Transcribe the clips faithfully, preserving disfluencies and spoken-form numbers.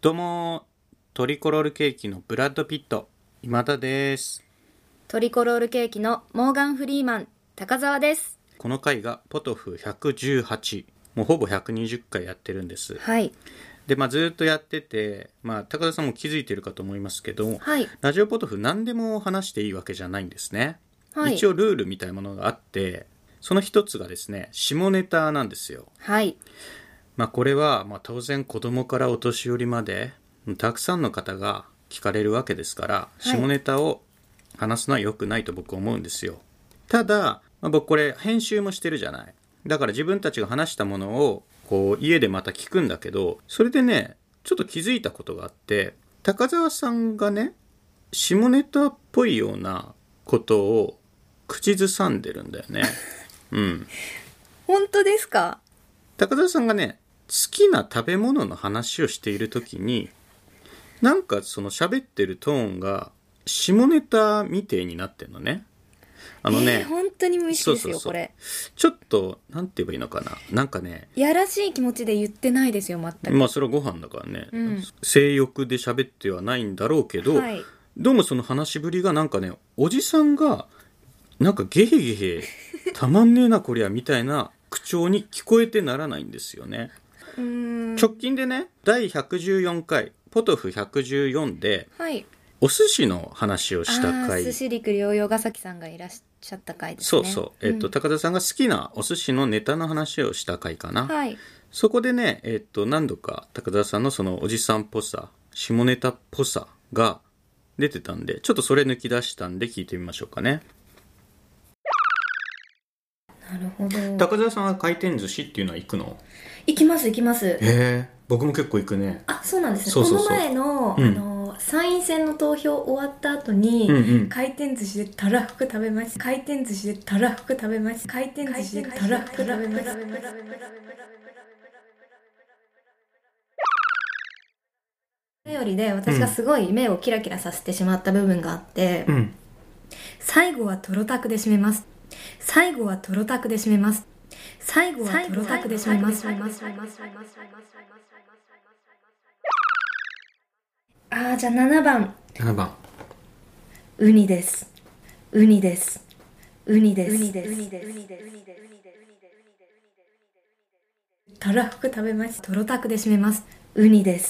どうもトリコロールケーキのブラッド・ピット今田です。 トリコロールケーキのモーガン・フリーマン高澤です。 この回がポトフひゃくじゅうはち、もうほぼひゃくにじゅっかいやってるんです。 はい。 で、まあ、ずっとやってて、まあ、高田さんも気づいてるかと思いますけど、 はい、 ラジオポトフ何でも話していいわけじゃないんですね。 はい、 一応ルールみたいなものがあって、その一つがですね、下ネタなんですよ。 はい。 まあ、これは、まあ、当然子供からお年寄りまでたくさんの方が聞かれるわけですから、はい、下ネタを話すのは良くないと僕は思うんですよ。ただ、まあ、僕これ編集もしてるじゃない。だから自分たちが話したものをこう家でまた聞くんだけど、それでねちょっと気づいたことがあって、高澤さんがね下ネタっぽいようなことを口ずさんでるんだよね。うん。 本当ですか？ 高澤さんがね好きな食べ物の話をしているときに、なんかその喋ってるトーンが下ネタみてえになってんのね。あのね、 えー、本当に無意識ですよ。 そうそうそう、 これちょっとなんて言えばいいのかな、なんかねやらしい気持ちで言ってないですよ全く。 まあそれはご飯だからね、 うん、 性欲で喋ってはないんだろうけど、 はい、 どうもその話しぶりがなんかね、おじさんがなんかゲヘゲヘたまんねえなこりゃみたいな口調に聞こえてならないんですよね。 うーん、 直近でねだいひゃくじゅうよんかいポトフひゃくじゅうよんで、 はい、 お寿司の話をした回、 寿司陸両洋ヶ崎さんがいらっしゃった回ですね。 そうそう、えっと、うん、高田さんが好きなお寿司のネタの話をした回かな。 はい。 そこでね、えっと、何度か高田さんのそのおじさんっぽさ、下ネタっぽさが出てたんで、ちょっとそれ抜き出したんで聞いてみましょうかね。 なるほど。 高田さんは回転寿司っていうのは行くの？ 行きます行きます。 へえ、僕も結構行くね。 あ、そうなんですね。 そうそうそう、 この前の、うん、あの参院選の投票終わった後に、うんうん、回転寿司でたらふく食べました。回転寿司でたらふく食べました。回転寿司でたらふく食べました。よりで私がすごい目をキラキラさせてしまった部分があって、うん、最後はトロタクで締めます。最後はトロタクで締めます。最後はトロタクで締めます。あー、じゃあななばん。 ななばん。 ウニです。ウニです。ウニです。ウニです。たらふく食べます。トロタクで締めます。ウニです。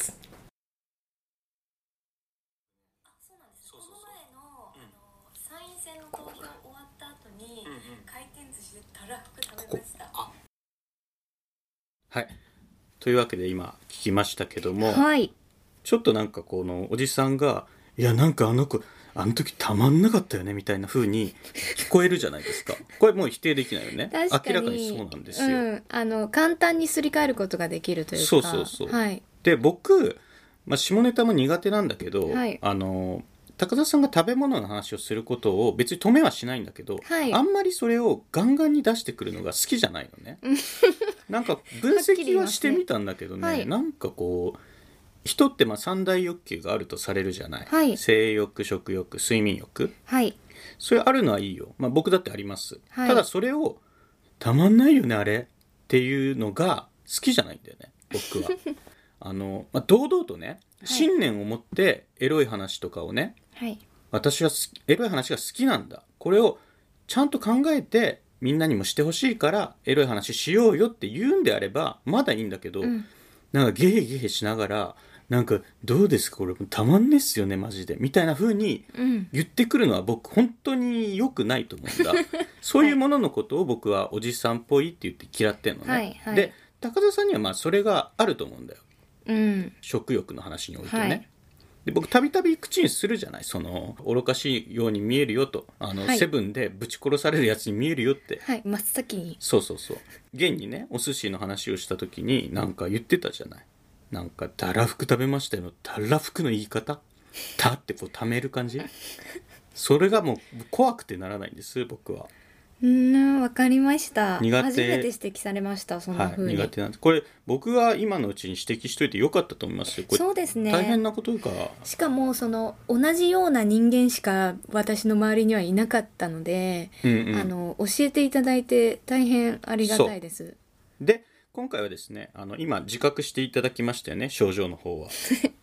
はい、というわけで今聞きましたけども、 はい、 ちょっとなんかこのおじさんがいやなんかあの子あの時たまんなかったよねみたいな風に聞こえるじゃないですか。これもう否定できないよね。明らかにそうなんですよ、うん、 あの簡単にすり替えることができるというか。 そうそうそう、 はい、 で僕、まあ、下ネタも苦手なんだけど、はい、あの高田さんが食べ物の話をすることを別に止めはしないんだけど、はい、あんまりそれをガンガンに出してくるのが好きじゃないのね。なんか分析はしてみたんだけど ね, ね、はい、なんかこう人ってまあ三大欲求があるとされるじゃない、はい、性欲、食欲、睡眠欲、はい、それあるのはいいよ、まあ、僕だってあります、はい、ただそれをたまんないよねあれっていうのが好きじゃないんだよね僕は。あの、まあ、堂々とね、信念を持ってエロい話とかをね、はい、私はエロい話が好きなんだ、これをちゃんと考えてみんなにもしてほしいからエロい話しようよって言うんであればまだいいんだけど、うん、なんかゲヘゲヘしながらなんかどうですかこれたまんねっすよねマジでみたいな風に言ってくるのは僕本当に良くないと思うんだ。そういうもののことを僕はおじさんっぽいって言って嫌ってんのね、はいはい、で高田さんにはまあそれがあると思うんだよ、うん、食欲の話においてね、はい、で僕たびたび口にするじゃない、その愚かしいように見えるよと、あの、はい、セブンでぶち殺されるやつに見えるよって、 はい、真っ先にそうそうそう、現にねお寿司の話をした時になんか言ってたじゃない、なんかたらふく食べましたよ、たらふくの言い方、たってこうためる感じそれがもう怖くてならないんです僕は。 うん、わかりました。 苦手、 初めて指摘されました。そんな風に、 はい、苦手なんです。これ僕は今のうちに指摘しといてよかったと思いますよ。これそうですね、 大変なことか。 しかもその同じような人間しか私の周りにはいなかったので、うんうん、あの教えていただいて大変ありがたいです。 で今回はですね、あの今自覚していただきましたよね、症状の方は。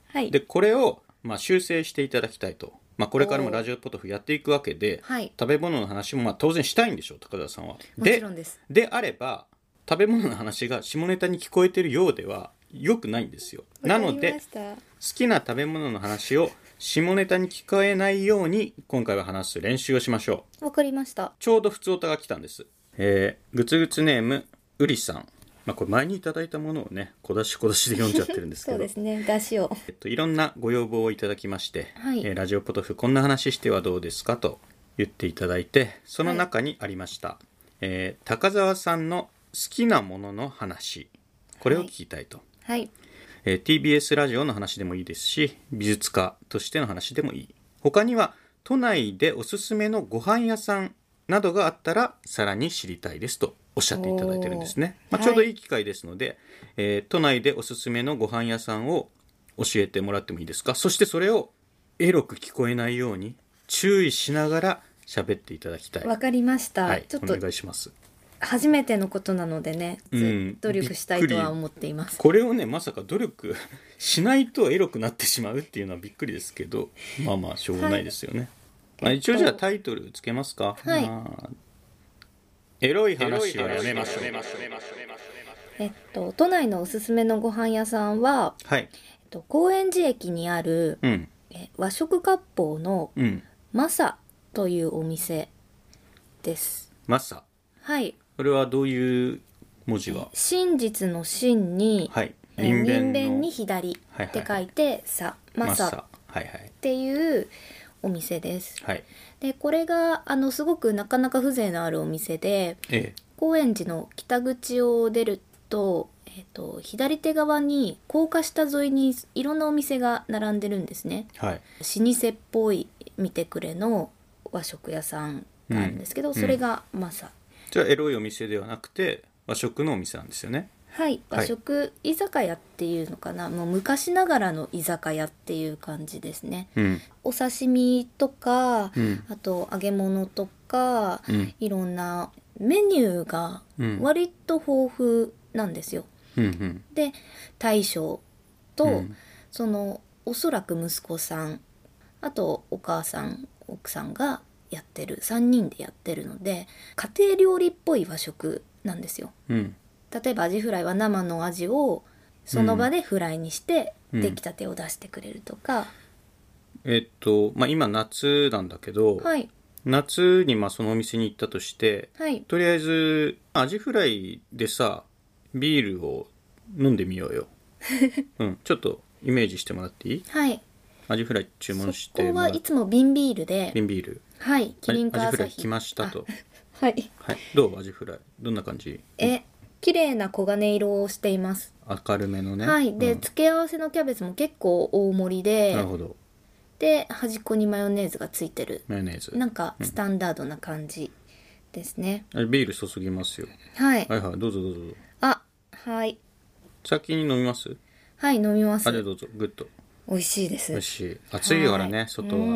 はい、 でこれをまあ修正していただきたいと。まあ、これからもラジオポトフやっていくわけで、 はい、 食べ物の話もまあ当然したいんでしょう、高田さんは。 もちろんです。 で、であれば食べ物の話が下ネタに聞こえてるようでは良くないんですよ。なので好きな食べ物の話を下ネタに聞こえないように今回は話す練習をしましょう。わかりました。 ちょうどふつおたが来たんです。えー、ぐつぐつネームうりさん。まあ、これ前にいただいたものをね小出し小出しで読んじゃってるんですけどそうですね、出しを、 えっと、いろんなご要望をいただきまして、 はい、 えー、ラジオポトフこんな話してはどうですかと言っていただいて、その中にありました、はい、えー、高澤さんの好きなものの話、これを聞きたいと、 はい、 えー、ティービーエス ラジオの話でもいいですし、美術家としての話でもいい。他には都内でおすすめのご飯屋さんなどがあったらさらに知りたいですとおっしゃっていただいてるんですね。まあ、ちょうどいい機会ですので、はい、えー、都内でおすすめのご飯屋さんを教えてもらってもいいですか。そしてそれをエロく聞こえないように注意しながら喋っていただきたい。 わかりました、 はい、 ちょっとお願いします。 初めてのことなのでね、努力したいとは思っています。 これをねまさか努力しないとエロくなってしまうっていうのはびっくりですけど、まあまあしょうがないですよね。はい、まあ、一応じゃあタイトルつけますか。 はい、 まあ、エロい話はやめましょう。 えっと都内のおすすめのご飯屋さんは、 はい、 えっと、高円寺駅にある、 うん、 え和食割烹のマサというお店です。 マサ、 はい。 これはどういう文字が？ 真実の真に、 はい、 人弁に左って書いて、はいはい、さマサっていうお店です。 はい、 でこれがあのすごくなかなか風情のあるお店で、 ええ、高円寺の北口を出ると、えーと、左手側に高架下沿いにいろんなお店が並んでるんですね。 はい、 老舗っぽい見てくれの和食屋さんがあるんですけど、うん、それがマサ。 じゃあエロいお店ではなくて和食のお店なんですよね。 はい、和食居酒屋っていうのかな、もう昔ながらの居酒屋っていう感じですね。 うん、 お刺身とか、 うん、 あと揚げ物とか、 うん、 いろんなメニューが割と豊富なんですよ。 うんうん、 で大将と、 うん、 そのおそらく息子さん、あとお母さん奥さんがやってるさんにんでやってるので家庭料理っぽい和食なんですよ。 うん、 例えばアジフライは生のアジをその場でフライにして出来たてを出してくれるとか、 うん、えっとまあ今夏なんだけど、 はい、 夏にまあそのお店に行ったとして、 はい、 とりあえずアジフライでさビールを飲んでみようよ、うん、ちょっとイメージしてもらっていい？ はい、 アジフライ注文してそこはいつも瓶ビールで、 瓶ビール、 はい、キリンカアジフライ来ましたとはい、 はい、どう？アジフライどんな感じ？ え綺麗な黄金色をしています。 明るめのね。 はい。で、 うん、 付け合わせのキャベツも結構大盛りで、 なるほど。 で端っこにマヨネーズがついてる、 マヨネーズなんかスタンダードな感じですね。 うん、ビール注ぎますよ。 はい、 はいはい、どうぞどうぞ。 あ、はい、 先に飲みます？ はい、飲みます。 あれどうぞ。グッと。 美味しいです。 美味しい。暑いからね、外は。うん、うん、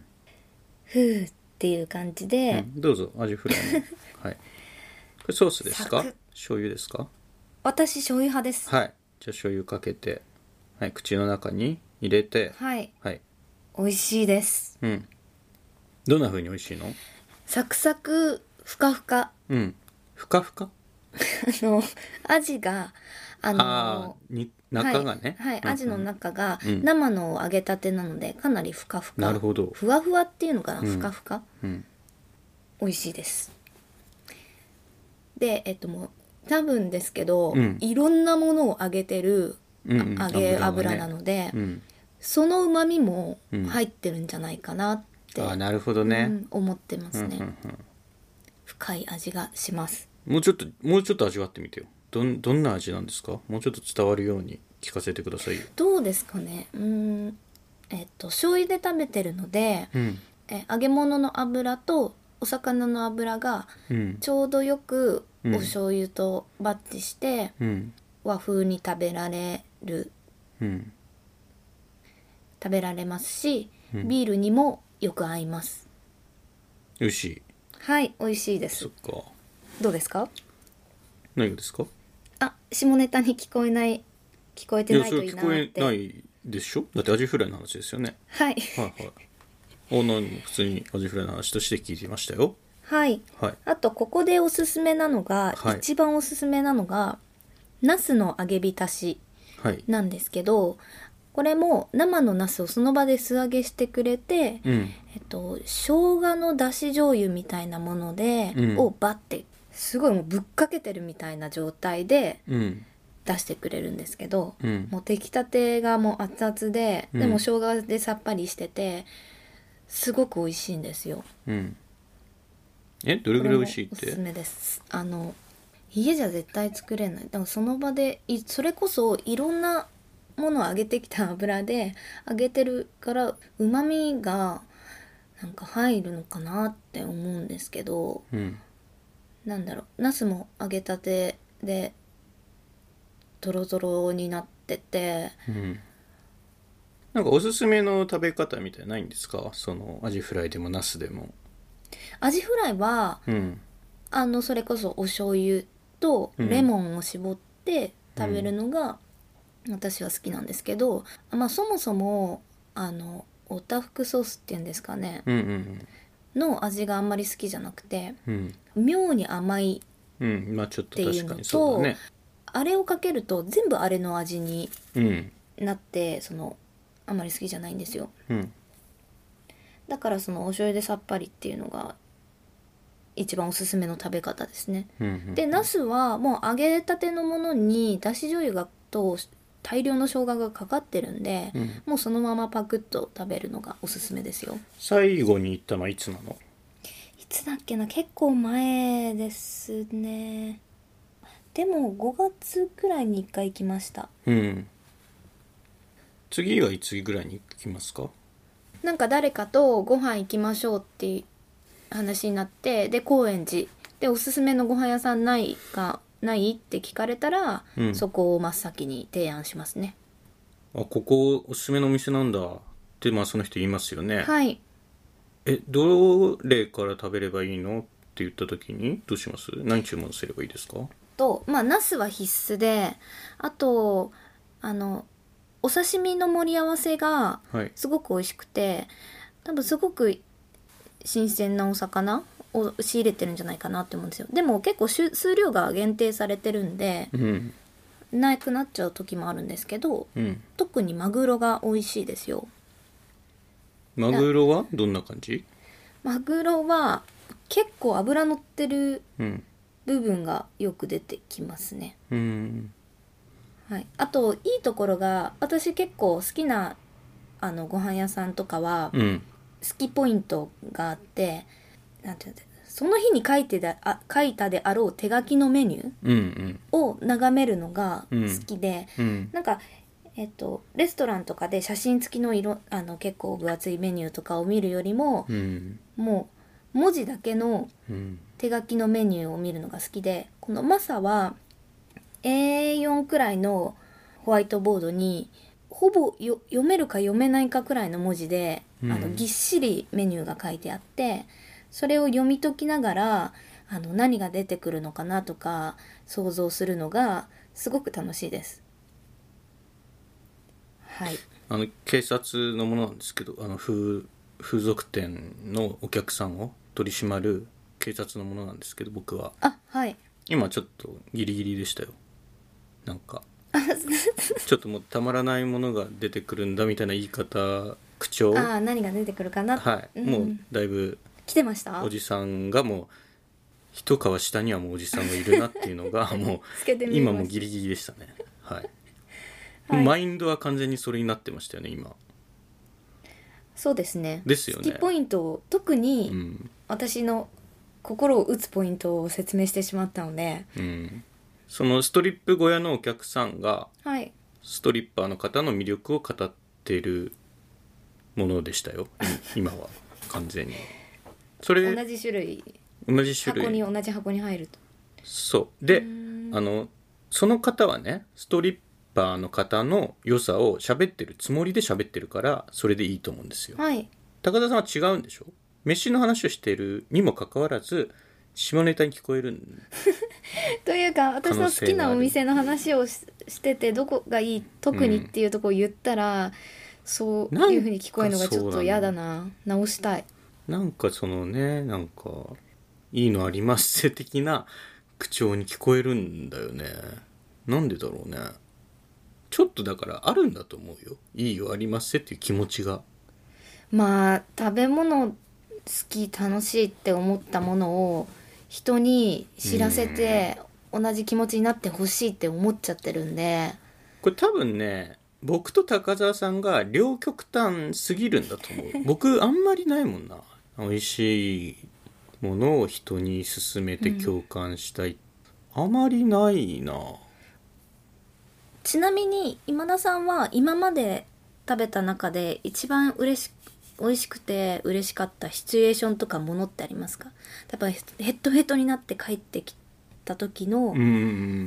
ふーっていう感じで、 うん、どうぞアジフライのはい。これソースですか？醤油ですか？ 私醤油派です。 はい。じゃあ醤油かけて、はい、口の中に入れて、 はい、 はい、 美味しいです。 うん。どんな風に美味しいの？ サクサクふかふか。 うん。ふかふか？ あのアジがあのあに中がね、 はい、はい、アジの中が生の揚げたてなのでかなりふかふか、 なるほど、 ふわふわっていうのかな、うん、ふかふか、 うん、 美味しいです。でえっともう多分ですけど、うん、いろんなものを揚げてる、うんうん、揚げ油なので、ね、うん、その旨味も入ってるんじゃないかなって、 うん、あ、なるほどね、うん、 思ってますね、 うんうんうん、 深い味がします。 もうちょっともうちょっと味わってみてよ。どん、どんな味なんですか？もうちょっと伝わるように聞かせてくださいよ。 どうですかね。うーんえっと醤油で食べてるので、 うん、 え揚げ物の油とお魚の油がちょうどよくお醤油とバッチして、うん、和風に食べられる、うん、食べられますし、うん、ビールにもよく合います。 美味しい。 はい、美味しいです。 そっか。 どうですか？ 何がですか？ あ、下ネタに聞こえない聞こえてないといいなって。 いや、それ聞こえないでしょ？だってアジフライの話ですよね。 はいはいはい。おな普通にアジフライの話として聞いてましたよ。 はい、はい、あとここでおすすめなのが、はい、一番おすすめなのがナスの揚げ浸しなんですけど、はい、これも生のナスをその場で素揚げしてくれて、うん、えっと生姜のだし醤油みたいなもので、うん、をバッてすごいもうぶっかけてるみたいな状態で出してくれるんですけど、うん、もう出来たてがもう熱々で、うん、でも生姜でさっぱりしててすごく美味しいんですよ。 うん、えどれぐらい美味しいって？ おすすめです。あの家じゃ絶対作れない。でもその場でそれこそいろんなものを揚げてきた油で揚げてるから旨味がなんか入るのかなって思うんですけど、うん、なんだろう、ナスも揚げたてでトロトロになってて、うん、 なんかおすすめの食べ方みたいなないんですか？そのアジフライでもナスでも。 アジフライは、うん、あのそれこそお醤油とレモンを絞って食べるのが私は好きなんですけど、うん、まあそもそもあのオタフクソースっていうんですかね、うんうんうん、の味があんまり好きじゃなくて、うん、妙に甘いっていうのと、うんまあ、ちょっと確かにそうだね、あれをかけると全部あれの味になって、うん、そのあんまり好きじゃないんですよ、うん、だからそのお醤油でさっぱりっていうのが一番おすすめの食べ方ですね、うんうんうん、でナスはもう揚げたてのものにだし醤油がと大量の生姜がかかってるんで、うん、もうそのままパクッと食べるのがおすすめですよ。 最後に行ったのはいつなの？ いつだっけな、結構前ですね。でもごがつくらいにいっかい行きました。うん。 次はいつぐらいに行きますか？ なんか誰かとご飯行きましょうって話になって、で高円寺でおすすめのご飯屋さんないかないって聞かれたら、うん、そこを真っ先に提案しますね。 あ、ここおすすめのお店なんだってまあその人言いますよね。 はい。 え、どれから食べればいいのって言った時にどうします？何注文すればいいですか？ とまあナスは必須で、あとあのお刺身の盛り合わせがすごく美味しくて、はい、多分すごく新鮮なお魚を仕入れてるんじゃないかなって思うんですよ。でも結構数量が限定されてるんで、うん、なくなっちゃう時もあるんですけど、うん、特にマグロが美味しいですよ。 マグロはどんな感じ？ マグロは結構脂乗ってる部分がよく出てきますね、うん、はい、あといいところが、私結構好きなあのご飯屋さんとかは、うん、好きポイントがあって、なんていうんだ、その日に書いてだあ書いたであろう手書きのメニューを眺めるのが好きで、うんうん、なんか、えっと、レストランとかで写真付きの色あの結構分厚いメニューとかを見るよりも、うん、もう文字だけの手書きのメニューを見るのが好きで、このマサは エーよん くらいのホワイトボードにほぼよ読めるか読めないかくらいの文字で、うん、あのぎっしりメニューが書いてあって、それを読み解きながらあの何が出てくるのかなとか想像するのがすごく楽しいです。はい。 あの警察のものなんですけど、あの 風, 風俗店のお客さんを取り締まる警察のものなんですけど、僕はあ、はい、 今ちょっとギリギリでしたよ。なんかちょっともうたまらないものが出てくるんだみたいな言い方、口調、 ああ、何が出てくるかな、 はい、うん、もうだいぶ来てました。 おじさんがもう一皮下にはもうおじさんがいるなっていうのがもう今もうギリギリでしたね。はい、はい、マインドは完全にそれになってましたよね今。 そうですね。 ですよね。 好きポイントを特に私の心を打つポイントを説明してしまったので、うん、 そのストリップ小屋のお客さんがストリッパーの方の魅力を語っているものでしたよ今は完全に。それ同じ種類同じ種類箱に同じ箱に入ると。 そうで、あのその方はねストリッパーの方の良さを喋ってるつもりで喋ってるからそれでいいと思うんですよ、 はい、 高田さんは違うんでしょ。飯の話をしているにもかかわらず下ネタに聞こえるんというか私の好きなお店の話を し, しててどこがいい特にっていうところを言ったら、うん、そういう風に聞こえるのがちょっと嫌だな。直したい。 なんかそのね、なんかいいのありますって的な口調に聞こえるんだよね。なんでだろうね。ちょっとだからあるんだと思うよ。いいよありますっていう気持ちが。 まあ食べ物好き楽しいって思ったものを人に知らせて同じ気持ちになってほしいって思っちゃってるんで、 これ多分ね、僕と高澤さんが両極端すぎるんだと思う。僕あんまりないもんな。美味しいものを人に勧めて共感したい、うん、あまりないな。 ちなみに今田さんは今まで食べた中で一番嬉し美味しくて嬉しかったシチュエーションとかものってありますか？やっぱヘッドヘッドになって帰ってきた時の、うんうん、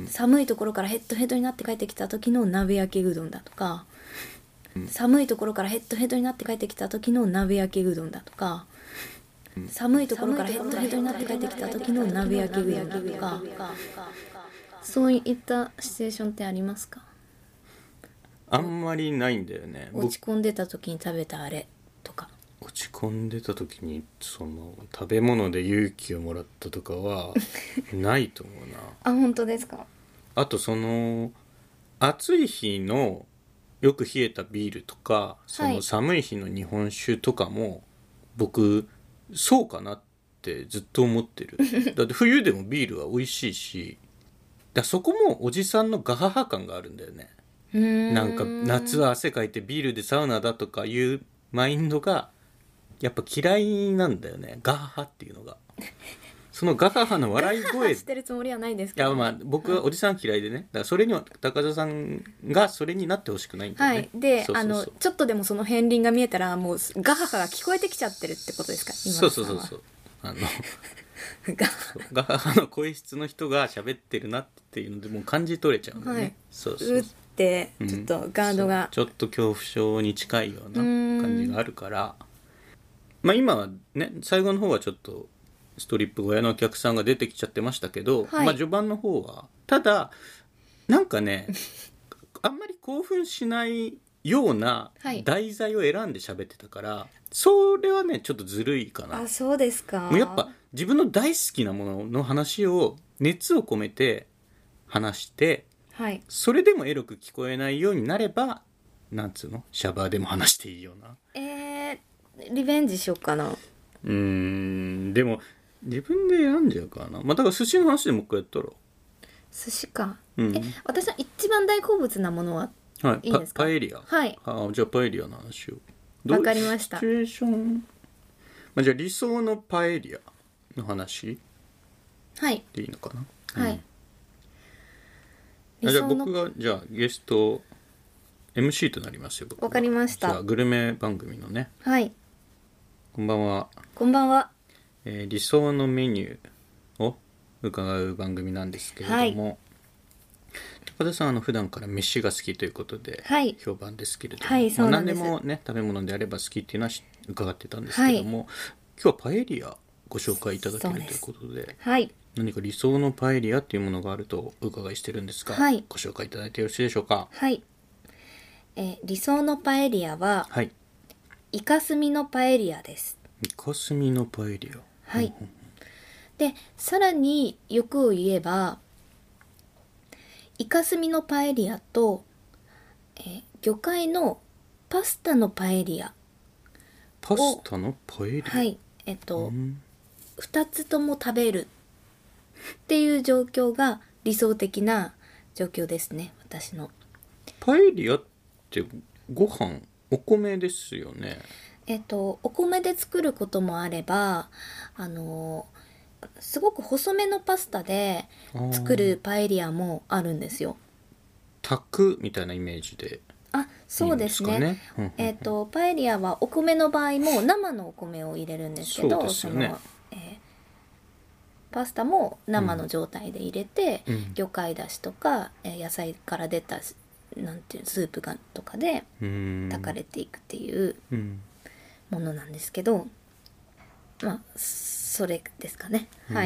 寒いところからヘッドヘッドになって帰ってきた時の鍋焼きうどんだとか、うん、寒いところからヘッドヘッドになって帰ってきた時の鍋焼きうどんだとか、うん、寒いところからヘッドヘッドになって帰ってきた時の鍋焼きうどんだとか、そういったシチュエーションってありますか？ あんまりないんだよね。 落ち込んでた時に食べたあれとか。 落ち込んでた時にその食べ物で勇気をもらったとかはないと思うな。 あ、本当ですか？ あとその暑い日のよく冷えたビールとか、その寒い日の日本酒とかも、はい、僕そうかなってずっと思ってる。だって冬でもビールは美味しいし、だそこもおじさんのガハハ感があるんだよね。なんか夏は汗かいてビールでサウナだとかいうマインドがやっぱ嫌いなんだよね。ガハハっていうのが。そのガハハの笑い声してるつもりはないんですけど、 いやまあ僕はおじさん嫌いでね、だからそれには高田さんがそれになってほしくないんだよね。 はい。で、そうそうそう、あのちょっとでもその片鱗が見えたらもうガハハが聞こえてきちゃってるってことですか？今そうそうそうそう。あのガハハの声質の人が喋ってるなっていうのでもう感じ取れちゃうんだよね。はい、そうそうそう。うってちょっとガードが、 うん、ちょっと恐怖症に近いような感じがあるから、まあ今はね最後の方はちょっとストリップ小屋のお客さんが出てきちゃってましたけど、はい、まあ序盤の方はただなんかねあんまり興奮しないような題材を選んで喋ってたから、はい、それはねちょっとずるいかな。 あ、そうですか。 もうやっぱ自分の大好きなものの話を熱を込めて話して、はい、それでもエロく聞こえないようになればなんつうのシャバーでも話していいような。 えー、リベンジしようかな。 うーんでも自分で選んじゃうかな。まあだから寿司の話でもう一回やったら。 寿司か、うん、え私の一番大好物なものはいいですか？ パ、パエリア。 はい。 あじゃあパエリアの話を。 わかりました。 シチュエーション、まあ、じゃあ理想のパエリアの話はいでいいのかな。 はい、 うん、じゃあ僕がじゃあゲスト エムシー となりますよ。僕わかりました。 じゃあグルメ番組のね。 はい。 こんばんは。 こんばんは。 えー、理想のメニューを伺う番組なんですけれども、はい、高田さんはあの普段から飯が好きということで評判ですけれども、 はいはい、そうなんです。何でもね食べ物であれば好きっていうのは伺ってたんですけども、はい、今日はパエリアご紹介いただけるということで、 はい、 何か理想のパエリアっていうものがあるとお伺いしてるんですが、はい、ご紹介いただいてよろしいでしょうか？ はい、えー、理想のパエリアは、 はい、 イカスミのパエリアです。 イカスミのパエリア。 はい。で、さらに欲を言えば、イカスミのパエリアと、えー、魚介のパスタのパエリア。 パスタのパエリア。 はい。えっと、ふたつとも食べるっていう状況が理想的な状況ですね、私の。 パエリアってご飯、お米ですよね。 えっと、お米で作ることもあれば、あのすごく細めのパスタで作るパエリアもあるんですよ。 炊くみたいなイメージでいいんですかね。 あ、そうですね。えっとパエリアはお米の場合も生のお米を入れるんですけど、 そうですよね。 その、えー、パスタも生の状態で入れて、うん、魚介だしとか、えー、野菜から出たなんていうスープがとかで炊かれていくっていうものなんですけど、まあそれですかね。はい。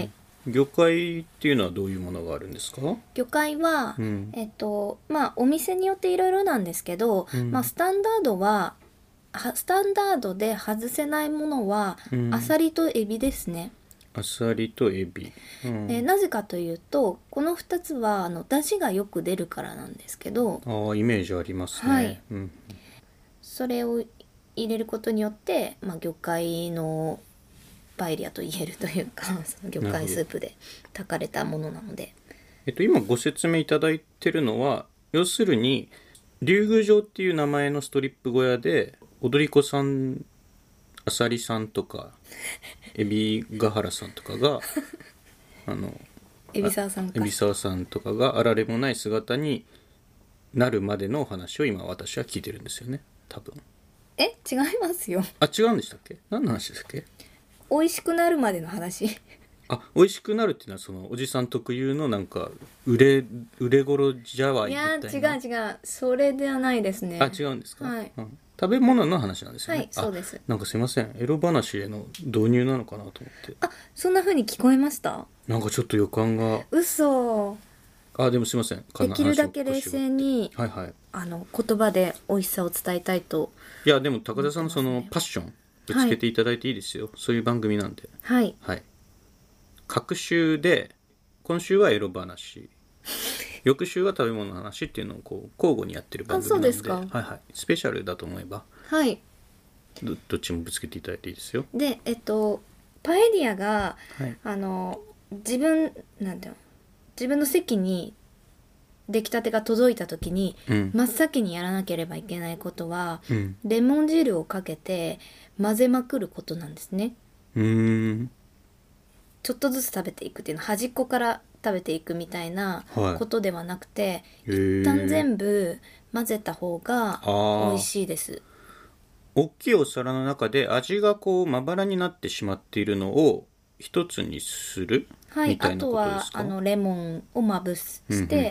魚介っていうのはどういうものがあるんですか？ 魚介は、うん、えっとまあお店によっていろいろなんですけど、うん、まあスタンダードはスタンダードで外せないものは、うん、アサリとエビですね。 アサリとエビ、 うん、でなぜかというとこのふたつはあの出汁がよく出るからなんですけど、 ああイメージありますね、 はいうん、 それを入れることによって、まあ、魚介のパエリアと言えるというかその魚介スープで炊かれたものなので、 えっと、今ご説明いただいてるのは要するに竜宮城っていう名前のストリップ小屋で踊り子さんあさりさんとかエビヶ原さんとかがあの海老沢さんか海老沢さんとかがあられもない姿になるまでのお話を今私は聞いてるんですよね多分。 え違いますよ。 あ違うんでしたっけ？何の話ですっけ？ 美味しくなるまでの話。 あ美味しくなるっていうのはそのおじさん特有のなんか売れ売れ頃じゃわいみたいな。 いや違う違うそれではないですね。 あ違うんですか？ はい、 うん、食べ物の話なんですよね。 はいそうです。 なんかすいませんエロ話への導入なのかなと思って。 あそんな風に聞こえました？ なんかちょっと予感が。 嘘。 あでもすいませんできるだけ冷静に、 はいはい、 あの言葉で美味しさを伝えたいと。 いやでも高田さんのそのパッションぶつけていただいていいですよ、はい、そういう番組なんで。 はい、 はい、各週で今週はエロ話翌週は食べ物の話っていうのをこう交互にやってる番組なんで。あそうですか。はいはい、スペシャルだと思えば、 はい、 ど, どっちもぶつけていただいていいですよ。 でえっとパエリアが、はい、あの自分なんていうの自分の席に出来たてが届いた時に、うん、真っ先にやらなければいけないことは、うん、レモン汁をかけて混ぜまくることなんですね。 うーんちょっとずつ食べていくっていうのは端っこから食べていくみたいなことではなくて、はい、一旦全部混ぜた方が美味しいです。 大きいお皿の中で味がこうまばらになってしまっているのを一つにする、はい、みたいなことですか？ あとはあのレモンをまぶして、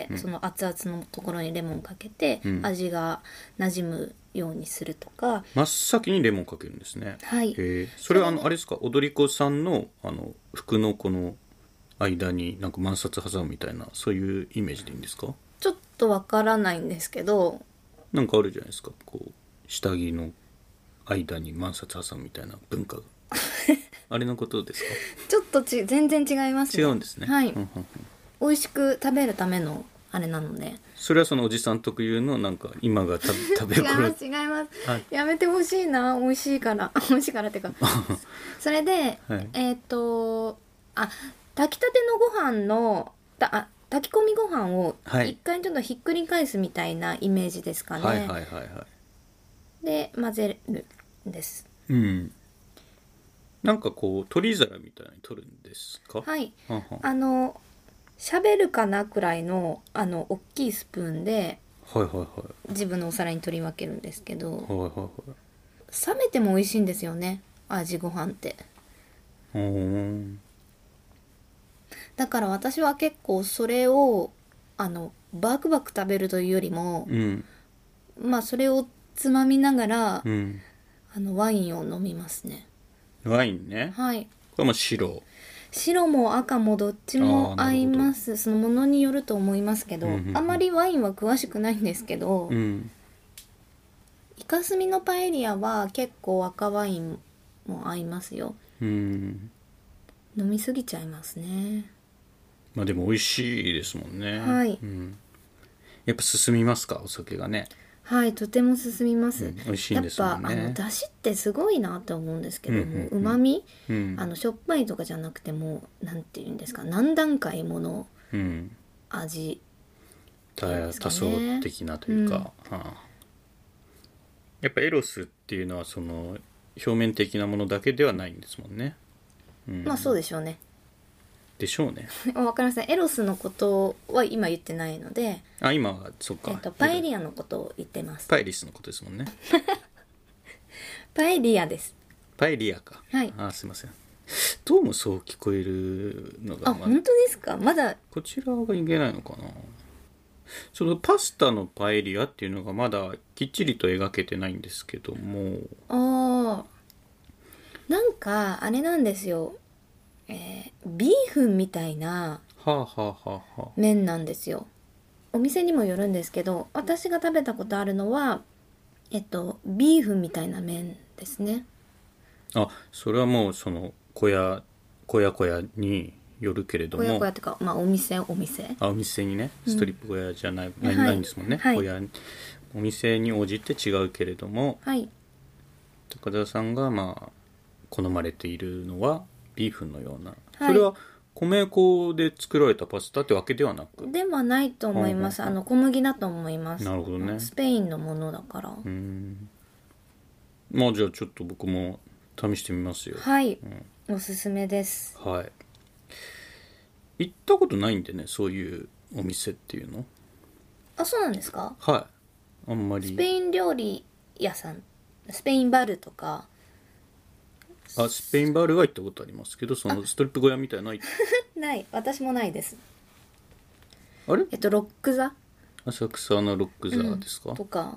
うんうんうん、その熱々のところにレモンかけて、うん、味が馴染むようにするとか。 真っ先にレモンかけるんですね。 はい。 へそれはあのあれですか踊り子さんのあの服のこの間になんか万札挟むみたいなそういうイメージでいいんですか？ ちょっとわからないんですけどなんかあるじゃないですかこう下着の間に万札挟むみたいな文化があれのことですか？ ちょっとち全然違いますね。 違うんですね。 はい。美味しく食べるためのあれなので。 それはそのおじさん特有のなんか今が食べ頃。 違います違います。はい、やめてほしいな美味しいから美味しいからっていうか。それで、はい、えっ、ー、とあ炊きたてのご飯のたあ炊き込みご飯を一回ちょっとひっくり返すみたいなイメージですかね。 はいはいはいはい。 で混ぜるんです。 うん。なんかこう取り皿みたいに取るんですか？ はい。はんはんあの喋るかなくらいのあの大きいスプーンで、 はいはいはい、 自分のお皿に取り分けるんですけど、 はいはいはい、 冷めても美味しいんですよね味ご飯って。 うん。 だから私は結構それをあのバクバク食べるというよりも、うん、まあそれをつまみながら、うん、あのワインを飲みますね。 ワインね。 はい。 これも白。 白も赤もどっちも合います。そのものによると思いますけど、うんうんうん、あんまりワインは詳しくないんですけど、うん、イカスミのパエリアは結構赤ワインも合いますよ。うん、飲みすぎちゃいますね。 まあでも美味しいですもんね。 はい。 うん、やっぱ進みますかお酒がね。 はい、とても進みます。うん、 美味しいんですもんね。 やっぱあの出汁ってすごいなと思うんですけども、うまみ、うん、あのしょっぱいとかじゃなくてもなんていうんですか何段階もの味、 うん、多層的なというか、うんはあ、やっぱエロスっていうのはその表面的なものだけではないんですもんね。 うん、まあそうでしょうね。 でしょうね。 わかりません。エロスのことは今言ってないので。 あ、今はそっか。 えっとパエリアのことを言ってます。 パエリスのことですもんね。 パエリアです。 パエリアか。 はい。 あ、すいません。どうもそう聞こえるのが。 あ、ま、本当ですか。まだ。 こちらがいけないのかな。そのパスタのパエリアっていうのがまだきっちりと描けてないんですけども。 ああ。なんかあれなんですよ。 えー、ビーフンみたいな麺なんですよ。お店にもよるんですけど、私が食べたことあるのはえっとビーフンみたいな麺ですね。 あ、それはもうその小屋小屋小屋によるけれども、 小屋小屋っていうか、まあお店お店あお店にね、ストリップ小屋じゃない、うん、ない、ないんですもんね、はい、小屋お店に応じて違うけれども、 はい、 高田さんがまあ好まれているのはビーフンのような、はい、それは米粉で作られたパスタってわけではなくではないと思います。あの小麦だと思います。 なるほどね。 スペインのものだから。 うん、まあじゃあちょっと僕も試してみますよ。 はい、うん、おすすめです。 はい。行ったことないんでね、そういうお店っていうの。 あ、そうなんですか。 はい、あんまり。 スペイン料理屋さん、スペインバルとか。 あ、スペインバルは行ったことありますけど、そのストリップ小屋みたいなのない、私もないです。 あれ、 えっとロック座、 浅草のロック座ですか、 うん、とか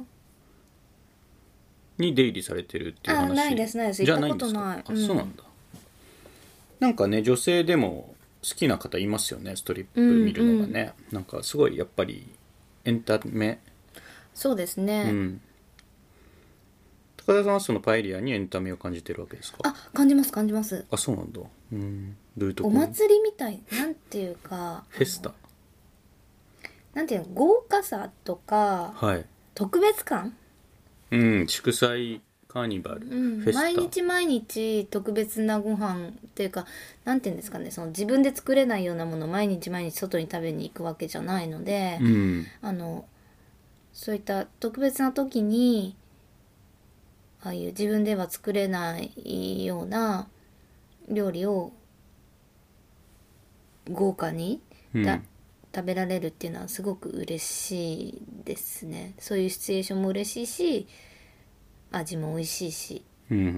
に出入りされてるっていう話。 あ、ないですないです。行ったことない。 あ、そうなんだ。なんかね、女性でも好きな方いますよね、ストリップ見るのがね、うんうん、なんかすごいやっぱりエンタメ。 そうですね、 うん、高田さんはそのパエリアにエンタメを感じてるわけですか。 あ、感じます感じます。 あ、そうなんだ。うん、どういうとこお祭りみたい、なんていうかフェスタ、 なんていうの、豪華さとか、 はい、 特別感、 うん、祝祭カーニバル、うん、 フェスタ、毎日毎日特別なご飯っていうか、なんていうんですかね、その自分で作れないようなものを毎日毎日外に食べに行くわけじゃないので、 うん、 あのそういった特別な時にああいう自分では作れないような料理を豪華にだ、うん、食べられるっていうのはすごく嬉しいですね。そういうシチュエーションも嬉しいし、味も美味しいし、 うんうん、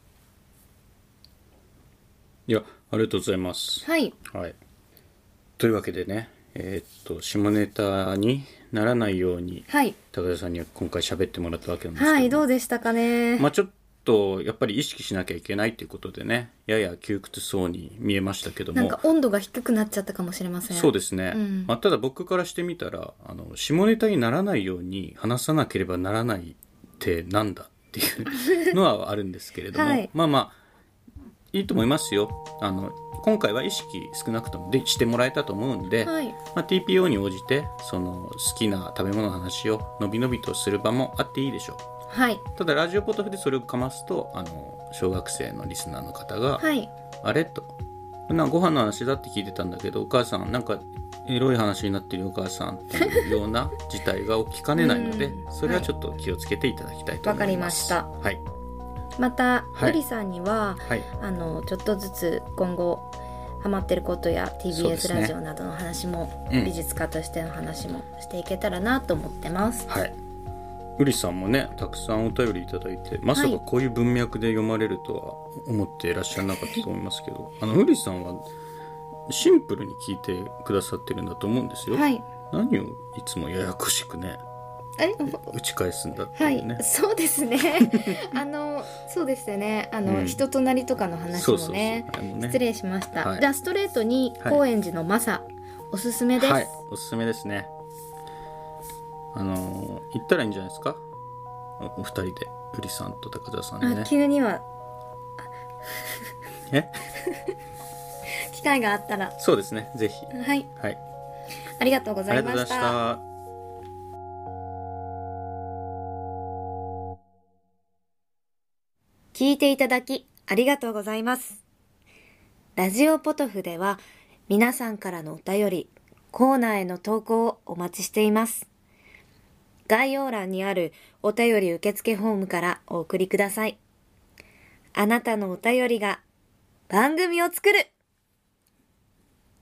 いや、ありがとうございます。 はい、 はい、というわけでね、えー、っと下ネタにならないように、はい、高田さんには今回喋ってもらったわけなんですけど、 はい、どうでしたかね。 まあちょっとやっぱり意識しなきゃいけないということでね、やや窮屈そうに見えましたけども、 なんか温度が低くなっちゃったかもしれません。 そうですね、うん、まあ、ただ僕からしてみたら、あの下ネタにならないように話さなければならないってなんだっていうのはあるんですけれども、はい、まあまあいいと思いますよ。あの今回は意識少なくともでしてもらえたと思うんで、はい、まあ、ティーピーオー に応じてその好きな食べ物の話をのびのびとする場もあっていいでしょう。 はい、 ただラジオポトフでそれをかますと、あの小学生のリスナーの方が、はい、あれと、なんかご飯の話だって聞いてたんだけど、お母さんなんかエロい話になってるお母さんっていうような事態が起きかねないのでそれはちょっと気をつけていただきたいと思います。わかりました。はい、 またゆりさんには、はい、あのちょっとずつ今後ハマってることや ティービーエス ラジオなどの話も、ね、うん、美術家としての話もしていけたらなと思ってます。 はい、うりさんもねたくさんお便りいただいて、まさかこういう文脈で読まれるとは思っていらっしゃらなかったと思いますけど、あのうりさんはシンプルに聞いてくださってるんだと思うんですよ。はい、何をいつもややこしくね打ち返すんだっていうね。 はい、そうですねあのそうですよね、あの、うん、人となりとかの話も ね, そうそうそうね失礼しました、はい、じゃあストレートに高円寺のマサ、はい、おすすめです。はい、 おすすめですね。あの行ったらいいんじゃないですか、お二人で、うりさんと高田さんでね。 あ、急にはえ機会があったら。 そうですね、ぜひ。 はい、 はい、 ありがとうございました。 ありがとうございました。 聞いていただきありがとうございます。ラジオポトフでは皆さんからのお便り、コーナーへの投稿をお待ちしています。概要欄にあるお便り受付フォームからお送りください。あなたのお便りが番組を作る